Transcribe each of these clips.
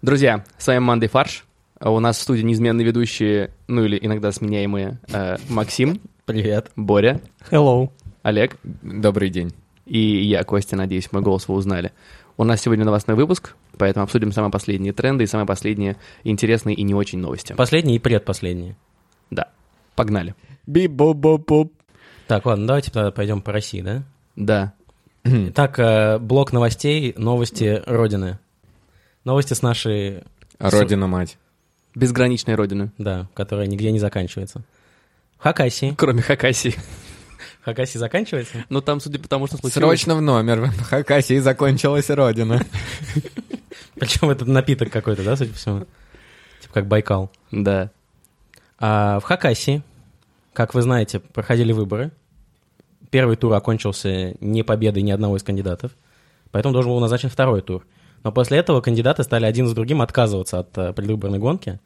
Друзья, с вами Мандай Фарш. У нас в студии неизменные ведущие, ну или иногда сменяемые, Максим. Привет. Боря. Hello. Олег. Добрый день. И я, Костя, надеюсь, мой голос вы узнали. У нас сегодня новостной выпуск, поэтому обсудим самые последние тренды и самые последние интересные и не очень новости. Последние и предпоследние. Да. Погнали. Би-боп-боп-боп. Так, ладно, давайте тогда пойдем по России, да? Да. Так, блок новостей, новости Родины. Новости с нашей... Родина-мать. Безграничной родины. Да, которая нигде не заканчивается. В Хакасии. Кроме Хакасии. Хакасия заканчивается? Ну там, судя по тому, что случилось... Срочно в номер. В Хакасии закончилась Родина. Причем это напиток какой-то, да, судя по всему? Типа как Байкал. Да. А в Хакасии, как вы знаете, проходили выборы. Первый тур окончился не победой ни одного из кандидатов, поэтому должен был назначен второй тур. Но после этого кандидаты стали один за другим отказываться от предвыборной гонки.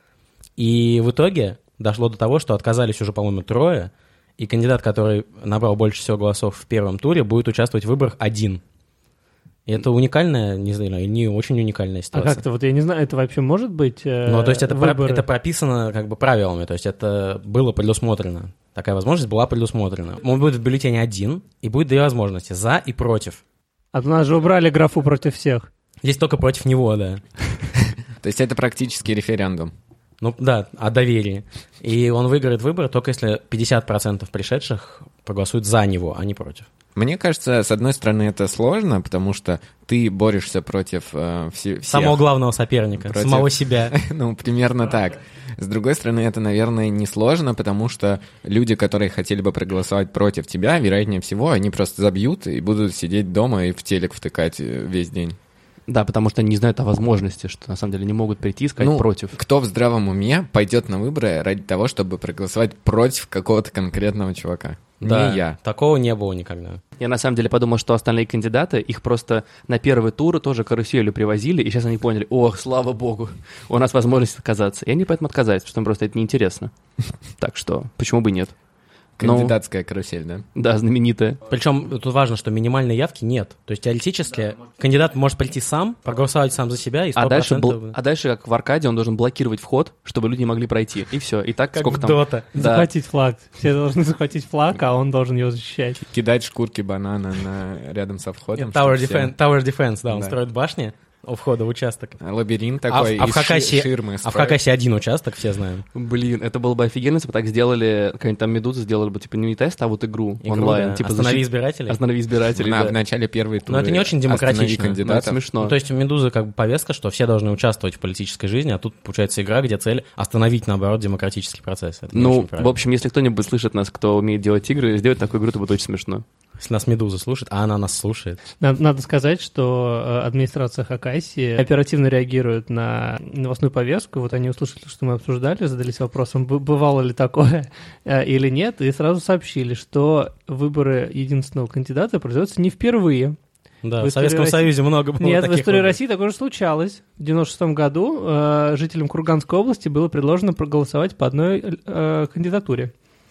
И в итоге дошло до того, что отказались уже, по-моему, трое, и кандидат, который набрал больше всего голосов в первом туре, будет участвовать в выборах один. И это уникальная, не знаю, не очень уникальная ситуация. А как-то вот я не знаю, это вообще может быть Ну, то есть это выборы? прописано как бы правилами, то есть это было предусмотрено. Такая возможность была предусмотрена. Он будет в бюллетене один, и будет две возможности: за и против. А то нас же убрали графу против всех. Здесь только против него, да. То есть это практически референдум. Ну да, о доверии. И он выиграет выборы только если 50% пришедших проголосуют за него, а не против. Мне кажется, с одной стороны, это сложно, потому что ты борешься против всех. Самого главного соперника, Против- самого себя. Ну, примерно так. С другой стороны, это, наверное, не сложно, потому что люди, которые хотели бы проголосовать против тебя, вероятнее всего, они просто забьют и будут сидеть дома и в телек втыкать весь день. Да, потому что они не знают о возможности, что на самом деле не могут прийти и сказать против. Кто в здравом уме пойдет на выборы ради того, чтобы проголосовать против какого-то конкретного чувака? Да, Не я. такого не было никогда. Я на самом деле подумал, что остальные кандидаты, их просто на первый тур тоже каруселью привозили, и сейчас они поняли: ох, слава богу, у нас возможность отказаться. И они поэтому отказались, потому что им просто это неинтересно. Так что, почему бы нет? Кандидатская карусель, да? Да, знаменитая. Причем тут важно, что минимальной явки нет. То есть теоретически кандидат может прийти сам, проголосовать сам за себя, и 100%... А дальше, как в аркаде, он должен блокировать вход, чтобы люди не могли пройти. И все. И так Как сколько в там... Дота. Да. Захватить флаг. Все должны захватить флаг, а он должен его защищать. Кидать шкурки банана рядом со входом. Tower чтобы все- Defense, да, он Да. строит башни у входа в участок. Лабиринт такой в из Хакасии, ширмы. в Хакасии один участок, все знаем. Блин, это было бы офигенно, если бы так сделали, какая-нибудь там Медуза сделали бы, типа, не тест, а вот игру онлайн. Да. Типа, Останови избирателей. Останови избирателей, В да. начале первой туры. Но это не очень демократично. Останови Ну, это кандидатов. смешно. Ну, то есть у Медузы как бы повестка, что все должны участвовать в политической жизни, а тут получается игра, где цель остановить, наоборот, демократический процесс. Это не Ну, очень в правильно. общем, если кто-нибудь слышит нас, кто умеет делать игры, сделать такую игру, это будет очень смешно. Если нас Медуза слушает, а она нас слушает. Надо сказать, что администрация Хакасии оперативно реагирует на новостную повестку. Вот они услышали, что мы обсуждали, задались вопросом, бывало ли такое или нет, и сразу сообщили, что выборы единственного кандидата производятся не впервые. Да, В в истории Советском России- Союзе много было Нет, в таких истории выборов. России такое же случалось. В 96 году жителям Курганской области было предложено проголосовать по одной кандидатуре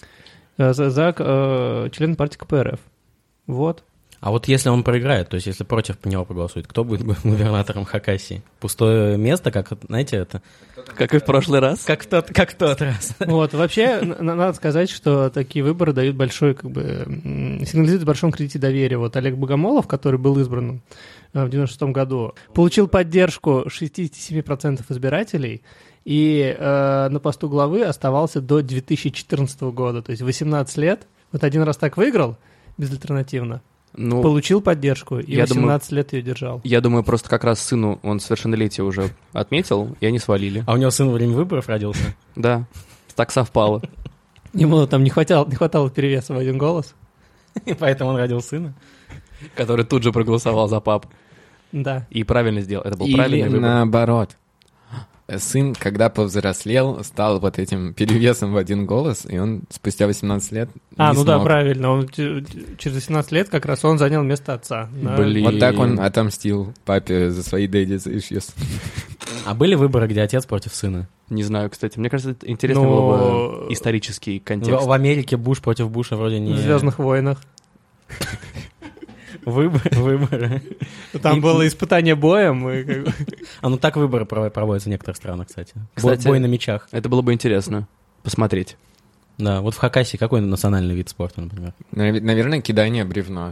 за члена партии КПРФ. Вот. А вот если он проиграет, то есть если против него проголосует, кто будет губернатором Хакасии? Пустое место, как, знаете, это... Как и в прошлый раз. Как в тот раз. Вот, вообще, надо сказать, что такие выборы дают большой, как бы, сигнализируют о большом кредите доверия. Вот Олег Богомолов, который был избран в 96 году, получил поддержку 67% избирателей, и на посту главы оставался до 2014 года, то есть 18 лет. Вот один раз так выиграл, безальтернативно, Ну, получил поддержку, и я 18 лет ее держал. я думаю, просто как раз сыну он совершеннолетие уже отметил, и они свалили. А у него сын во время выборов родился? Да, так совпало. Ему там не хватало перевеса в один голос. И поэтому он родил сына? Который тут же проголосовал за папу. Да. И правильно сделал. Это был Или правильный выбор. наоборот. Сын, когда повзрослел, стал вот этим перевесом в один голос, и он спустя 18 лет не Ну да, смог. правильно. Он через 18 лет как раз он занял место отца. Да. Блин. Вот так он отомстил папе за свои daddy's issues. А были выборы, где отец против сына? Не знаю, кстати. Мне кажется, это интересный Но- был бы исторический контекст. В Америке Буш против Буша вроде не... В «Звездных войнах». Выборы. Там было испытание боем. И как бы... Ну так выборы проводятся в некоторых странах, кстати. Кстати, Бой на мечах. Это было бы интересно посмотреть. Да, вот в Хакасии какой национальный вид спорта, например? Наверное, кидание бревна.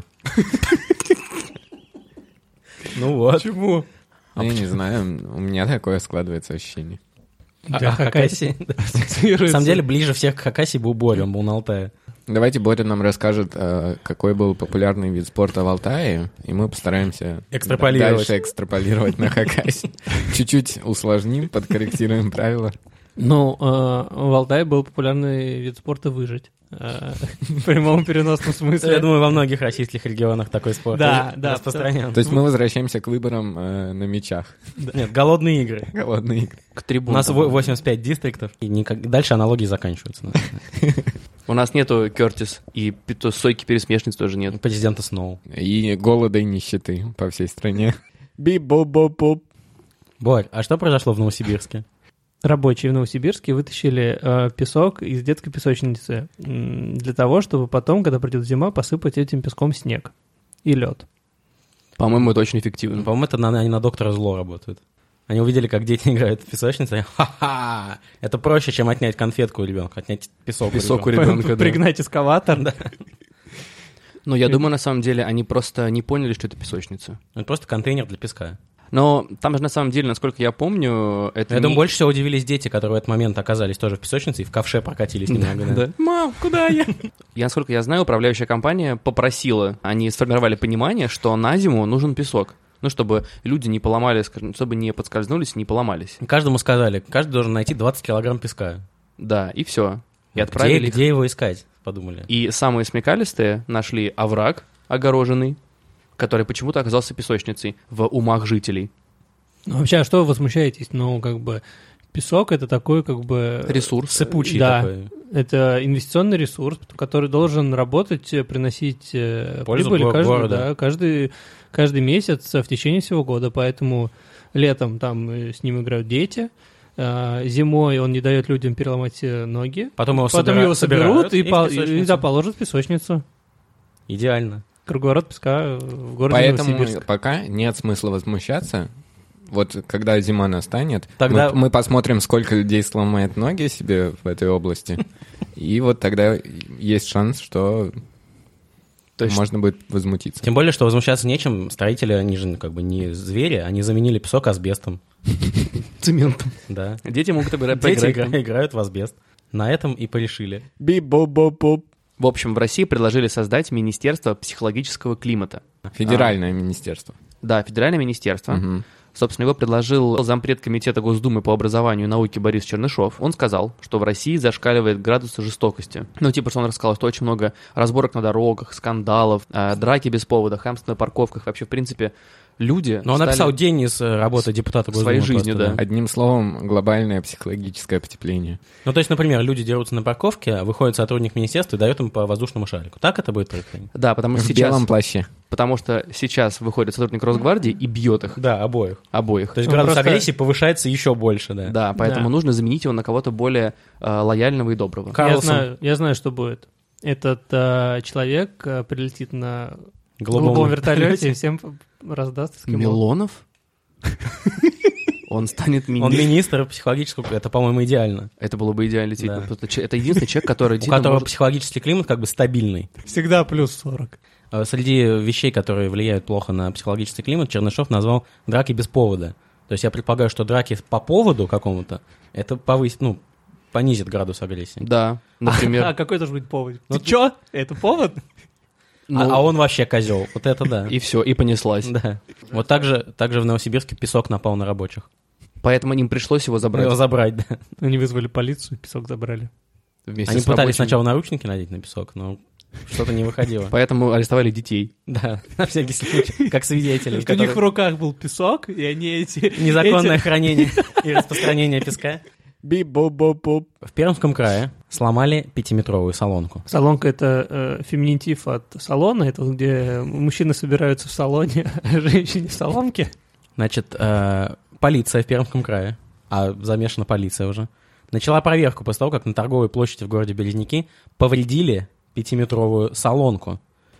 Ну вот. Почему? Я не знаю, у меня такое складывается ощущение. Хакасии. На самом деле, ближе всех к Хакасии был Боря, он был на Алтае. Давайте Боря нам расскажет, какой был популярный вид спорта в Алтае, и мы постараемся дальше экстраполировать на Хакасии. Чуть-чуть усложним, подкорректируем правила. Ну, в Алтае был популярный вид спорта выжить. В прямом переносном смысле. Я думаю, во многих российских регионах такой спорт распространен. То есть мы возвращаемся к выборам на мячах. Нет, голодные игры. Голодные игры. К У трибунам. нас 85 дистриктов, и дальше аналогии заканчиваются. У нас нету Кертис, и сойки пересмешниц тоже нет. Президента Сноу. И голода и нищеты по всей стране. Би-бо-бо-бо. Борь, а что произошло в Новосибирске? Рабочие в Новосибирске вытащили песок из детской песочницы для того, чтобы потом, когда придет зима, посыпать этим песком снег и лед. По-моему, это очень эффективно. По-моему, это они на доктора зло работают. Они увидели, как дети играют в песочнице, и ха-ха! Это проще, чем отнять конфетку у ребенка, отнять песок у ребенка, да. Пригнать эскаватор. Да. Но я думаю, на самом деле, они просто не поняли, что это песочница. Это просто контейнер для песка. Но там же на самом деле, насколько я помню, это Я думаю, больше всего удивились дети, которые в этот момент оказались тоже в песочнице и в ковше прокатились немного. Да. Мам, куда я? Насколько я знаю, управляющая компания попросила, они сформировали понимание, что на зиму нужен песок. Ну, чтобы люди не поломали, скажем, чтобы не подскользнулись, не поломались. Каждому сказали, каждый должен найти 20 килограмм песка. Да, и все. И отправили Где его искать, подумали. И самые смекалистые нашли овраг огороженный, который почему-то оказался песочницей в умах жителей. Ну, вообще, а что вы возмущаетесь? Ну, как бы, песок — это такой, как бы... Ресурс. Сыпучий такой. Это инвестиционный ресурс, который должен работать, приносить пользу прибыль каждый месяц в течение всего года. Поэтому летом там с ним играют дети, зимой он не дает людям переломать ноги. Потом его соберут и положат в песочницу. Идеально. Круговорот песка в городе Поэтому Новосибирск. пока нет смысла возмущаться. Вот когда зима настанет, тогда... мы посмотрим, сколько людей сломает ноги себе в этой области. И вот тогда есть шанс, что можно будет возмутиться. Тем более, что возмущаться нечем. Строители, они же как бы не звери, они заменили песок асбестом. Цементом. Да. Дети могут играть. Дети играют в асбест. На этом и порешили. Би-бо-бо-бо. В общем, в России предложили создать Министерство психологического климата. Федеральное министерство. Да, федеральное министерство. Угу. Собственно, его предложил зампред комитета Госдумы по образованию и науке Борис Чернышов. Он сказал, что в России зашкаливает градус жестокости. Ну, типа, что он рассказал, что очень много разборок на дорогах, скандалов, драки без повода, хамство на парковках. Вообще, в принципе, люди... Но он написал день из работы депутата Госдумы. Своей жизнью, да. Одним словом, глобальное психологическое потепление. Ну, то есть, например, люди дерутся на парковке, выходит сотрудник министерства и дает им по воздушному шарику. Так это будет происходить? Да, потому что в сейчас... белом плаще. Потому что сейчас выходит сотрудник Росгвардии и бьет их. Да, обоих. Обоих. То есть градус агрессии повышается еще больше, да. Да, поэтому нужно заменить его на кого-то более лояльного и доброго. Я знаю, что будет. Этот человек прилетит на голубом вертолете и всем раздаст эскимо. Милонов? Он станет министром. Он министр психологического... Это, по-моему, идеально. Это было бы идеально. Да. Это единственный человек, который... У которого психологический климат как бы стабильный. Всегда плюс 40. Среди вещей, которые влияют плохо на психологический климат, Чернышов назвал драки без повода. То есть я предполагаю, что драки по поводу какому-то, это понизит градус агрессии. Да, например. А какой должен быть повод? Ты чё? Это повод? А он вообще козел. Вот это да. И все, и понеслась. Да. Вот так же в Новосибирске песок напал на рабочих. Поэтому им пришлось его забрать. Его забрать, да. Они вызвали полицию, песок забрали. Они пытались сначала наручники надеть на песок, но что-то не выходило. Поэтому арестовали детей. Да, на всякий случай, как свидетелей. У них в руках был песок, и они эти... Незаконное хранение и распространение песка. Би-бо-бо-бо. В Пермском крае сломали 5-метровую солонку. Солонка — это феминитив от салона, это где мужчины собираются в салоне, а женщины в соломке. Значит, полиция в Пермском крае, а замешана полиция уже, начала проверку после того, как на торговой площади в городе Березники повредили 5-метровую солонку.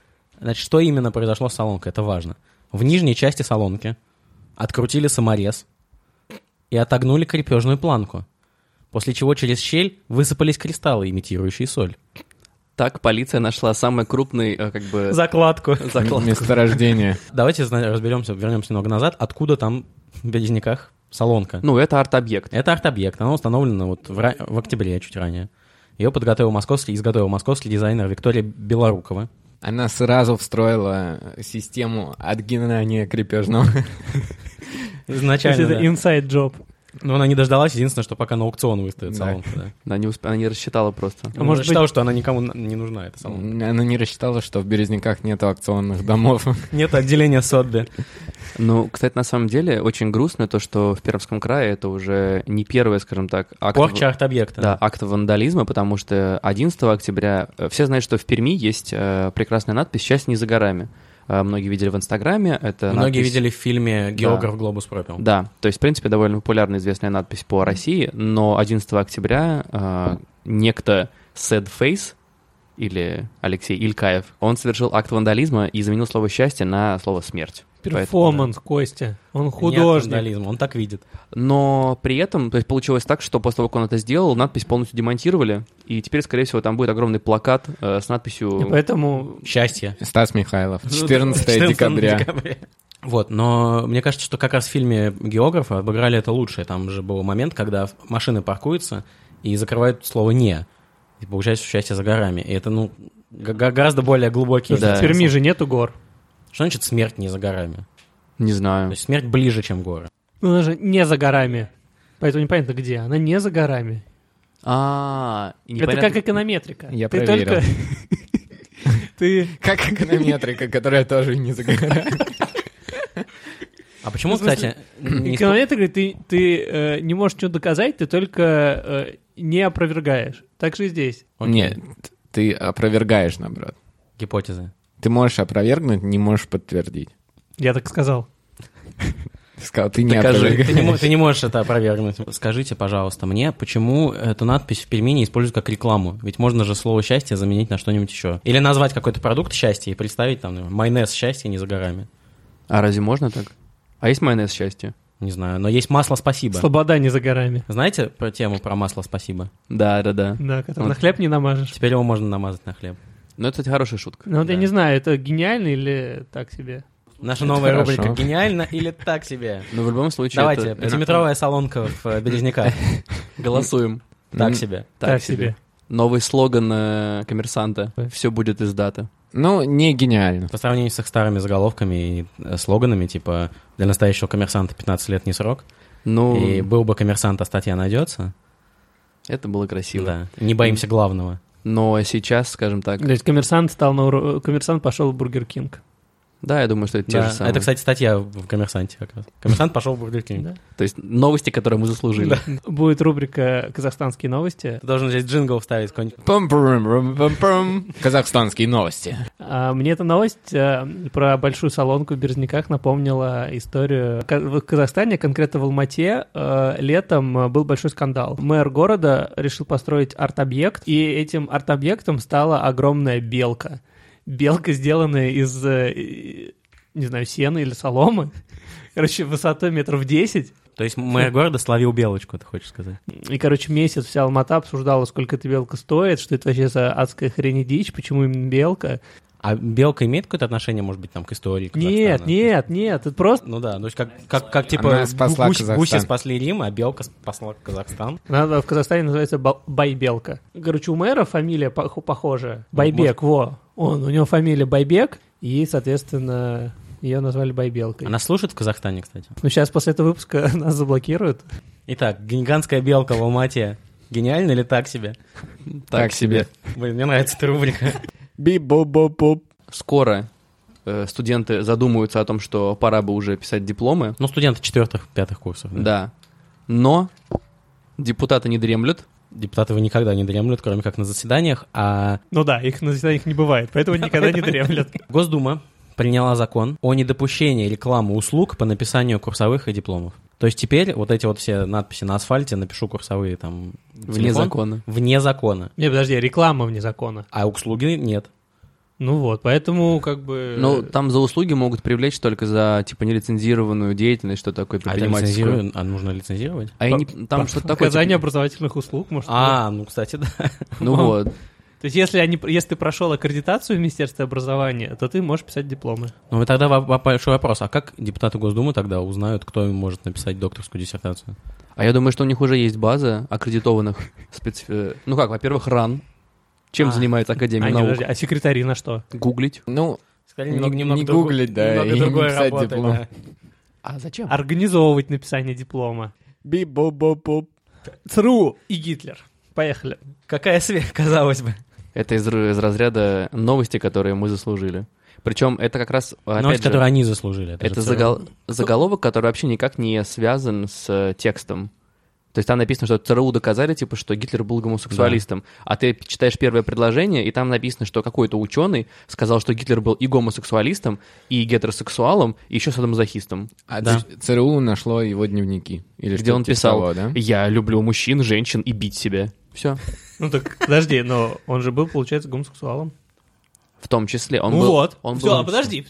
Значит, что именно произошло с солонкой? Это важно. В нижней части солонки открутили саморез и отогнули крепежную планку, после чего через щель высыпались кристаллы, имитирующие соль. Так полиция нашла самый крупный, Закладку. Месторождение. Давайте вернемся немного назад. Откуда там в Березниках солонка? Ну, это арт-объект. Это арт-объект. Она установлена вот в октябре, чуть ранее. Ее изготовил московский дизайнер Виктория Белорукова. Она сразу встроила систему отгинания крепежного. Изначально, Это inside job. Но она не дождалась, единственное, что пока на аукцион выставит солонку. Да. Она не рассчитала просто. А может считала, что она никому не нужна, эта солонка. Она не рассчитала, что в Березниках нет аукционных домов. Нет отделения Сотби. Ну, кстати, на самом деле, очень грустно то, что в Пермском крае это уже не первый, скажем так, акт... Порча арт-объекта. Да, акт вандализма, потому что 11 октября... Все знают, что в Перми есть прекрасная надпись «Счастье не за горами». Многие видели в Инстаграме. Многие видели в фильме «Географ Глобус пропил». Да, то есть, в принципе, довольно популярная известная надпись по России, но 11 октября некто Sad Face или Алексей Илькаев, он совершил акт вандализма и заменил слово «счастье» на слово «смерть». Перформанс, Костя. Он художник. Нет вандализма, он так видит. Но при этом, то есть получилось так, что после того, как он это сделал, надпись полностью демонтировали, и теперь, скорее всего, там будет огромный плакат с надписью... И поэтому... Счастье. Стас Михайлов. 14 декабря. Вот, но мне кажется, что как раз в фильме «Географа» обыграли это лучше. Там же был момент, когда машины паркуются и закрывают слово «не». И получается «счастье за горами». И это, ну, гораздо более глубокий... Да. В Перми же нету гор. Что значит смерть не за горами? Не знаю. То есть смерть ближе, чем горы. Ну, она же не за горами. Поэтому непонятно где. Она не за горами. Это как эконометрика. Я проверил. Ты... Как эконометрика, которая тоже не за горами. А почему, кстати... Эконометрика, ты не можешь ничего доказать, ты только не опровергаешь. Так же и здесь. Нет, ты опровергаешь, наоборот. Гипотезы. Ты можешь опровергнуть, не можешь подтвердить. Я так сказал. Ты сказал, ты не Докажи. опровергаешь. Ты не можешь это опровергнуть. Скажите, пожалуйста, мне, почему эту надпись в Перми не используют как рекламу? Ведь можно же слово «счастье» заменить на что-нибудь еще. Или назвать какой-то продукт счастья и представить там, например, майонез счастья не за горами. А разве можно так? А есть майонез счастья? Не знаю, но есть масло «Спасибо». Слобода не за горами. Знаете про тему про масло «Спасибо»? Да. Да, который на хлеб не намажешь. Теперь его можно намазать на хлеб. Ну, это, кстати, хорошая шутка. Ну, вот я не знаю, это гениально или так себе? Наша новая хорошо. рубрика «Гениально» или так себе? Но в любом случае... Давайте, это- пятиметровая солонка в Березняках. Голосуем. Так себе. Так себе. Новый слоган «Коммерсанта». Все будет из даты. Ну, не гениально. По сравнению с их старыми заголовками и слоганами, типа «Для настоящего коммерсанта 15 лет не срок», Ну, и «Был бы коммерсант, а статья найдется». это было красиво. Да. Не боимся главного. Но сейчас, скажем так... То есть коммерсант пошел в Бургер Кинг. Да, я думаю, что это те Да. же самые. Это, кстати, статья в «Коммерсанте» как раз. Коммерсант пошел в Бургер Кинг. Да. То есть новости, которые мы заслужили. Будет рубрика «Казахстанские новости». Ты должен здесь джингл вставить какой-нибудь. Пам-пам-пам-пам-пам. Казахстанские новости. Мне эта новость про большую солонку в Березниках напомнила историю. В Казахстане, конкретно в Алмате, летом был большой скандал. Мэр города решил построить арт-объект, и этим арт-объектом стала огромная белка. Белка, сделанная из, не знаю, сена или соломы. Короче, высотой 10 метров. То есть мэр города словил белочку, ты хочешь сказать? И, короче, месяц вся Алмата обсуждала, сколько эта белка стоит, что это вообще за адская хрень и дичь, почему именно белка. А белка имеет какое-то отношение, может быть, там, к истории Казахстана? Нет, это просто... Ну да, то есть как типа Она спасла гуси Казахстан. спасли Рим, а белка спасла Казахстан. Она в Казахстане называется Байбелка. Короче, у мэра фамилия похожая. Байбек, у него фамилия Байбек, и, соответственно, ее назвали Байбелкой. Она слушает в Казахстане, кстати. Ну, сейчас после этого выпуска нас заблокируют. Итак, гигантская белка в Алмате. Гениально или так себе? Так себе. Блин, мне нравится эта рубрика. Би-бо-бо-бо. Скоро студенты задумаются о том, что пора бы уже писать дипломы. Ну, студенты 4-5 курсов. Да. Но депутаты не дремлют. Депутаты никогда не дремлют, кроме как на заседаниях, а Ну да, их на заседаниях не бывает, поэтому никогда не дремлят. Госдума приняла закон о недопущении рекламы услуг по написанию курсовых и дипломов. То есть теперь вот эти вот все надписи на асфальте, напишу курсовые там... Вне закона. Вне закона. Не, подожди, реклама вне закона. А услуги нет. Ну вот, поэтому как бы... Ну, там за услуги могут привлечь только за, типа, нелицензированную деятельность, что такое предпринимательскую. А нужно лицензировать? Там что-то такое... Оказание типа- образовательных услуг, может быть. Ну, кстати, да. Ну вот. То есть если ты прошел аккредитацию в Министерстве образования, то ты можешь писать дипломы. Ну и тогда большой вопрос, а как депутаты Госдумы тогда узнают, кто им может написать докторскую диссертацию? А я думаю, что у них уже есть база аккредитованных Ну как, во-первых, РАН. Чем занимается Академия наук? Подожди, а секретари на что? Гуглить. Ну, Скорее, не гуглить, да, и не писать диплом. А зачем? Организовывать написание диплома. Би-бо-бо-бо. ЦРУ и Гитлер. Поехали. Какая связь, казалось бы. Это из разряда новости, которые мы заслужили. Причем это как раз, опять Новость, же, которую они заслужили. это же ЦРУ. заголовок, который вообще никак не связан с текстом. То есть там написано, что ЦРУ доказали, типа, что Гитлер был гомосексуалистом. А ты читаешь первое предложение, и там написано, что какой-то ученый сказал, что Гитлер был и гомосексуалистом, и гетеросексуалом, и еще садомазохистом. Да. ЦРУ нашло его дневники. Или Где он писал, того, да? я люблю мужчин, женщин и бить себя. Все. Ну так, подожди, но он же был, получается, гомосексуалом. В том числе. Он Ну был, вот. Он Все, был... подожди.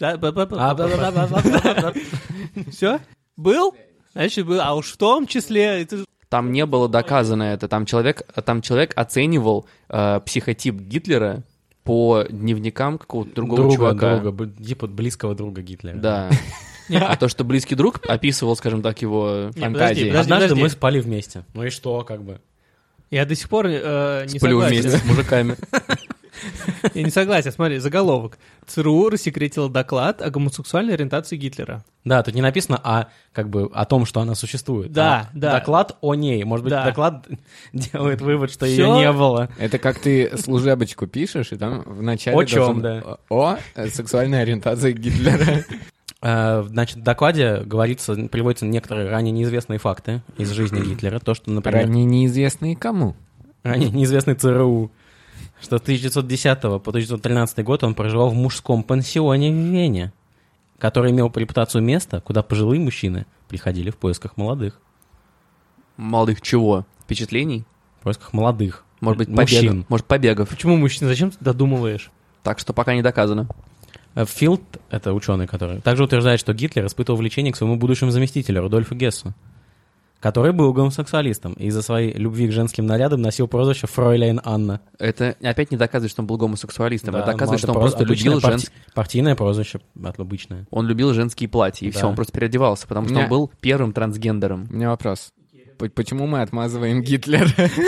Все? Был? Значит, был. А уж в том числе... Там не было доказано это. Там человек оценивал психотип Гитлера по дневникам какого-то другого чувака. Типа близкого друга Гитлера. Да. А то, что близкий друг описывал, скажем так, его фантазии. Однажды мы спали вместе. Ну и что, как бы? Я до сих пор не Сплю согласен. вместе с мужиками. Я не согласен. Смотри, заголовок. ЦРУ рассекретила доклад о гомосексуальной ориентации Гитлера. Да, тут не написано о том, что она существует. Да, да. Доклад о ней. Может быть, Да. доклад делает вывод, что Всё. ее не было. Это как ты служебочку пишешь, и там в начале... О чём, должен- О сексуальной ориентации Гитлера. Значит, в докладе приводятся некоторые ранее неизвестные факты из жизни Гитлера. То, что, например, Ранее неизвестные кому. ранее неизвестный ЦРУ, что с 1910 по 1913 год он проживал в мужском пансионе в Вене, который имел репутацию места, куда пожилые мужчины приходили в поисках молодых. Молодых чего? Впечатлений? В поисках молодых. Может быть, мужчин. побегов? Может, побегов? Почему мужчина? Зачем ты додумываешь? Так что пока не доказано. Филд, это ученый, который также утверждает, что Гитлер испытывал влечение к своему будущему заместителю Рудольфу Гессу, который был гомосексуалистом и из-за своей любви к женским нарядам носил прозвище Фройляйн Анна. Это опять не доказывает, что он был гомосексуалистом. Это доказывает, что он просто просто любил партийное прозвище, обычное. Он любил женские платья, и Да. все, он просто переодевался, потому что он был первым трансгендером. У меня вопрос. Почему мы отмазываем Гитлера?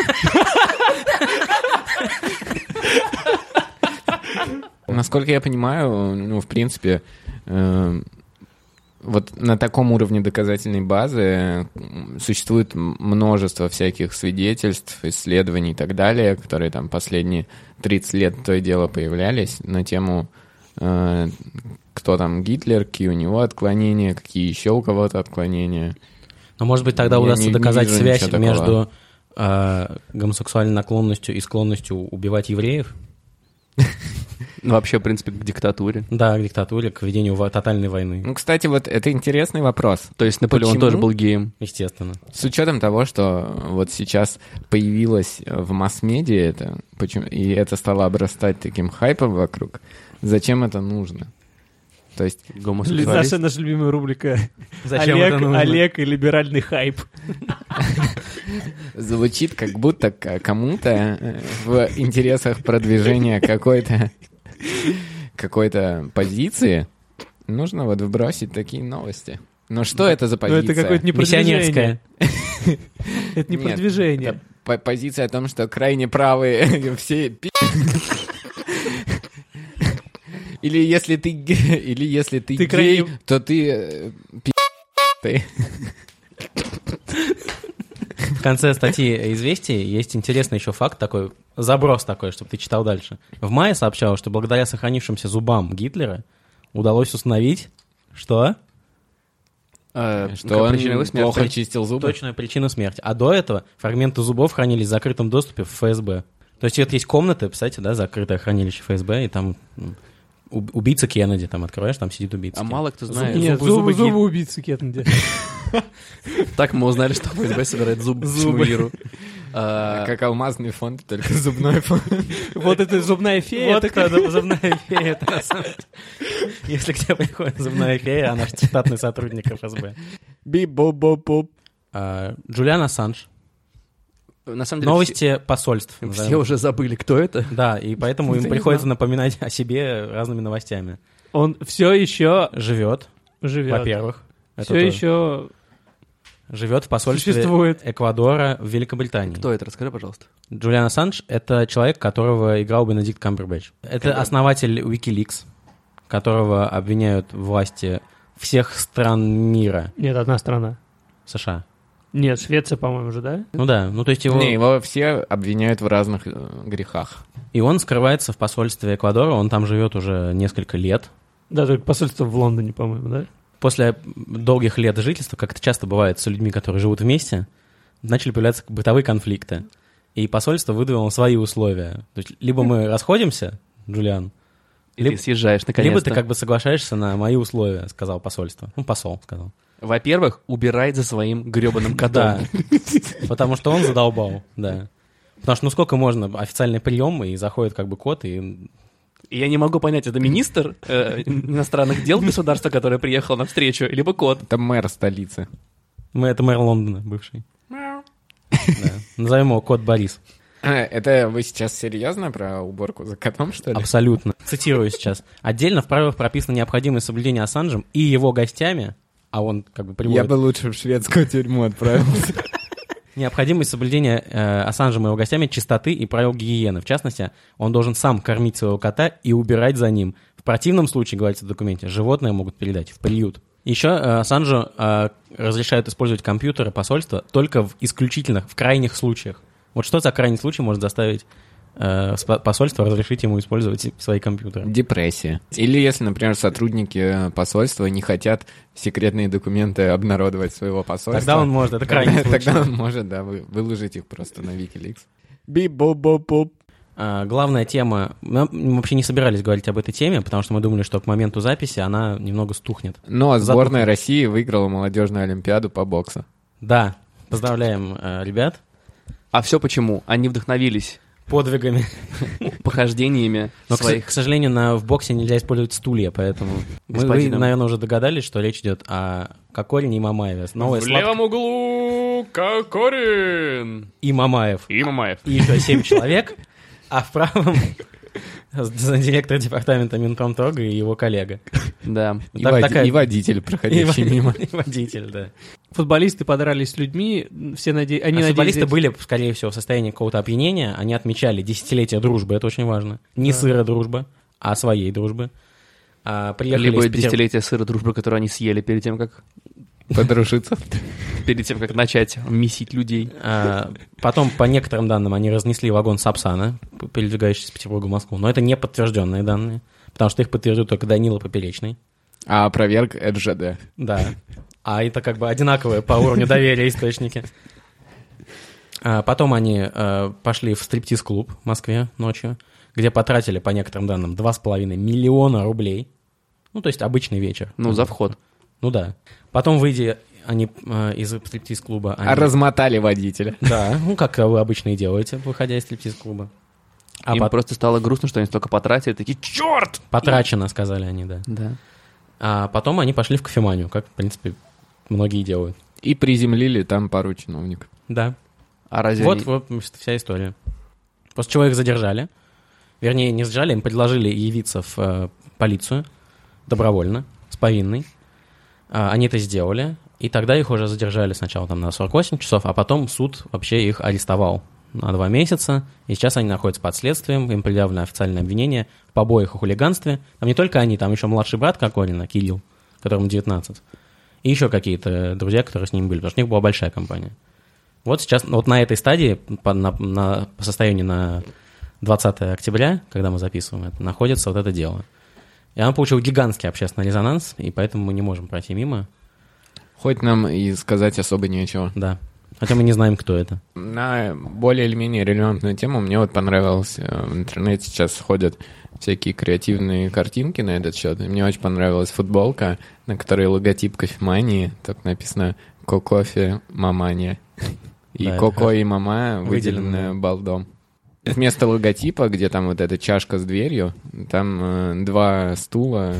Насколько я понимаю, ну, в принципе, вот на таком уровне доказательной базы существует множество всяких свидетельств, исследований и так далее, которые там последние 30 лет то и дело появлялись на тему, кто там Гитлер, какие у него отклонения, какие еще у кого-то отклонения. Но, может быть, тогда Я удастся не доказать вижу связь ничего между гомосексуальной наклонностью и склонностью убивать евреев? Ну, вообще, в принципе, к диктатуре. Да, к диктатуре, к ведению тотальной войны, Ну, кстати, вот это интересный вопрос. То есть Наполеон Почему? тоже был геем. естественно. С учетом того, что вот сейчас появилось в масс-медиа это, и это стало обрастать таким хайпом вокруг, зачем это нужно? То есть, Гомосексуалист. Наша любимая рубрика Зачем это нужно? Олег и либеральный хайп. звучит как будто кому-то в интересах продвижения какой-то позиции нужно вот вбросить такие новости. Но что это за Но позиция? это какое-то не продвижение. Миссионерская. Это не Нет, продвижение. Позиция о том, что крайне правые все или если ты Ты гей, крайне- то ты ты. В конце статьи «Известий» есть интересный еще факт такой, заброс такой, чтобы ты читал дальше. В мае сообщалось, что благодаря сохранившимся зубам Гитлера удалось установить, что? Что он причина его смерти. плохо чистил зубы. Точную причину смерти. А до этого фрагменты зубов хранились в закрытом доступе в ФСБ. То есть вот есть комната, представляете, да, закрытое хранилище ФСБ, и там убийца Кеннеди, там открываешь, там сидит убийца. А Кеннеди. мало кто знает. Нет, зубы зубы убийцы Кеннеди. Так мы узнали, что ФСБ собирает зубы по всему миру. Как алмазный фонд, только зубной фонд. Вот это зубная фея. Вот кто зубная фея. Если к тебе приходит зубная фея, она же штатный сотрудник ФСБ. Би-бо-бо-бо. Джулиан Ассанж. На самом деле, Новости посольств. все уже забыли, кто это. Да, и поэтому им приходится напоминать о себе разными новостями. Он все еще Живет, во-первых. Это Все тоже. еще Живет в посольстве существует. Эквадора в Великобритании. Кто это? Расскажи, пожалуйста. Джулиан Ассанж — это человек, которого играл Бенедикт Камбербэтч. Это основатель Wikileaks, которого обвиняют власти всех стран мира. Нет, одна страна. США. Нет, Швеция, по-моему, же, да? Ну да, ну то есть его... Не, его все обвиняют в разных грехах. И он скрывается в посольстве Эквадора, он там живет уже несколько лет. Да, только посольство в Лондоне, по-моему, да? После долгих лет жительства, как это часто бывает с людьми, которые живут вместе, начали появляться бытовые конфликты. И посольство выдвинуло свои условия. То есть либо мы расходимся, Джулиан, И ты съезжаешь, наконец-то. либо ты как бы соглашаешься на мои условия, сказал посольство. Ну, посол сказал. Во-первых, убирай за своим гребаным котом. Да, потому что он задолбал, да. Потому что ну сколько можно официальный прием, и заходит как бы кот, и... И я не могу понять, это министр иностранных дел государства, который приехал на встречу, либо кот. Это мэр столицы. Это мэр Лондона бывший. Да. Назовем его кот Борис. Это вы сейчас серьезно про уборку за котом, что ли? Абсолютно. Цитирую сейчас. Отдельно в правилах прописано необходимость соблюдения Ассанжем и его гостями, а он как бы приводит... Я бы лучше в шведскую тюрьму отправился. Необходимость соблюдения Ассанжем и его гостями чистоты и правил гигиены. В частности, он должен сам кормить своего кота и убирать за ним. В противном случае, говорится в документе, животные могут передать в приют. Еще Ассанжу разрешают использовать компьютеры посольства только в исключительных, в крайних случаях. Вот что за крайний случай может заставить посольство разрешить ему использовать свои компьютеры? Депрессия. Или если, например, сотрудники посольства не хотят секретные документы обнародовать своего посольства. Тогда он может, это крайний случай. Тогда он может, да, выложить их просто на Wikileaks. Би-бо-бо-бо. Главная тема... Мы вообще не собирались говорить об этой теме, потому что мы думали, что к моменту записи она немного стухнет. Но сборная России выиграла молодежную олимпиаду по боксу. Да, поздравляем ребят. А все почему? Они вдохновились Подвигами. похождениями Но, своих... к сожалению, в боксе нельзя использовать стулья, поэтому вы, Господином. наверное, уже догадались, что речь идет о Кокорине и Мамаеве. Новая В левом углу Кокорин. И Мамаев. И Мамаев. И еще 7 человек, а в правом директор департамента Минпромторга и его коллега. Да. Такая- И водитель, проходивший мимо. И водитель, да. Футболисты подрались с людьми, все они Футболисты надеялись... были, скорее всего, в состоянии какого-то опьянения, они отмечали десятилетие дружбы, это очень важно. Не сыра дружбы, а своей дружбы. Приехали Либо из Петер- десятилетие сыра дружбы, которую они съели перед тем, как Подружиться. начать месить людей. Потом, по некоторым данным, они разнесли вагон Сапсана, передвигающийся из Петербурга в Москву. Но это не подтвержденные данные, потому что их подтвердил только Данила Поперечный. А опроверг РЖД. Да. А это как бы одинаковые по уровню доверия источники. Потом они пошли в стриптиз-клуб в Москве ночью, где потратили, по некоторым данным, 2,5 миллиона рублей. Ну, то есть обычный вечер. Ну, за вход. Ну да. Потом, выйдя они из стриптиз-клуба... Они... А размотали водителя. Да, ну, как вы обычно и делаете, выходя из стриптиз-клуба. Им просто стало грустно, что они столько потратили. Такие, черт! Потрачено, сказали они, да. Да. А потом они пошли в кофеманию, как, в принципе, многие делают. И приземлили там пару чиновников. Да. А разве Вот, они- вот вся история. После чего их задержали. Вернее, не задержали, им предложили явиться в полицию добровольно, с повинной. Они это сделали, и тогда их уже задержали сначала там на 48 часов, а потом суд вообще их арестовал на 2 месяца, и сейчас они находятся под следствием, им предъявлено официальное обвинение в побоях и хулиганстве. Там не только они, там еще младший брат Кокорина, Кирилл, которому 19, и еще какие-то друзья, которые с ним были, потому что у них была большая компания. Вот сейчас, вот на этой стадии, по состоянию на 20 октября, когда мы записываем это, находится вот это дело. И оно получило гигантский общественный резонанс, и поэтому мы не можем пройти мимо. Хоть нам и сказать особо нечего. Да. Хотя мы не знаем, кто это. На более или менее релевантную тему мне вот понравилось, в интернете сейчас ходят всякие креативные картинки на этот счет. И мне очень понравилась футболка, на которой логотип кофемании, так написано «Кофе Мамания». И Да, Коко это и Мама выделены балдом. Вместо логотипа, где там вот эта чашка с дверью, там 2 стула,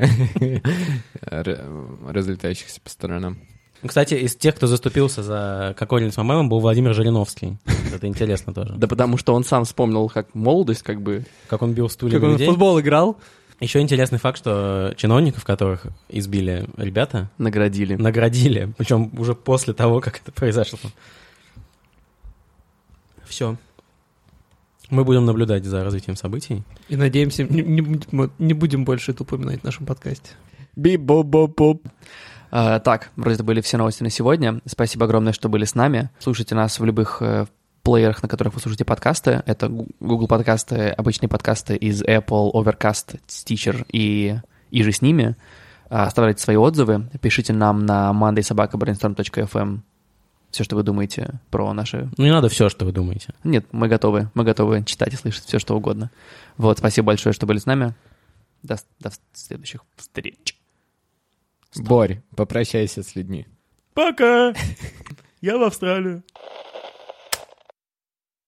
разлетающихся по сторонам. Кстати, из тех, кто заступился за Кокорин с Мамаевым, был Владимир Жириновский. Это интересно тоже. Да потому что он сам вспомнил, как молодость, как бы... Как он бил стульями Как он в людей. футбол играл. Еще интересный факт, что чиновников, которых избили ребята, Наградили. наградили. Причем уже после того, как это произошло. Все. Мы будем наблюдать за развитием событий. И надеемся, не будем больше это упоминать в нашем подкасте. Би-бо-бо-бо. Так, вроде это были все новости на сегодня. Спасибо огромное, что были с нами. Слушайте нас в любых плеерах, на которых вы слушаете подкасты. Это Google подкасты, обычные подкасты из Apple, Overcast, Stitcher и же с ними. Оставляйте свои отзывы. Пишите нам на mondaysobakabrainstorm.fm все, что вы думаете про наши... Ну, не надо все, что вы думаете. Нет, мы готовы читать и слышать все, что угодно. Вот, спасибо большое, что были с нами. До следующих встреч. Борь, попрощайся с людьми. Пока! Я в Австралию.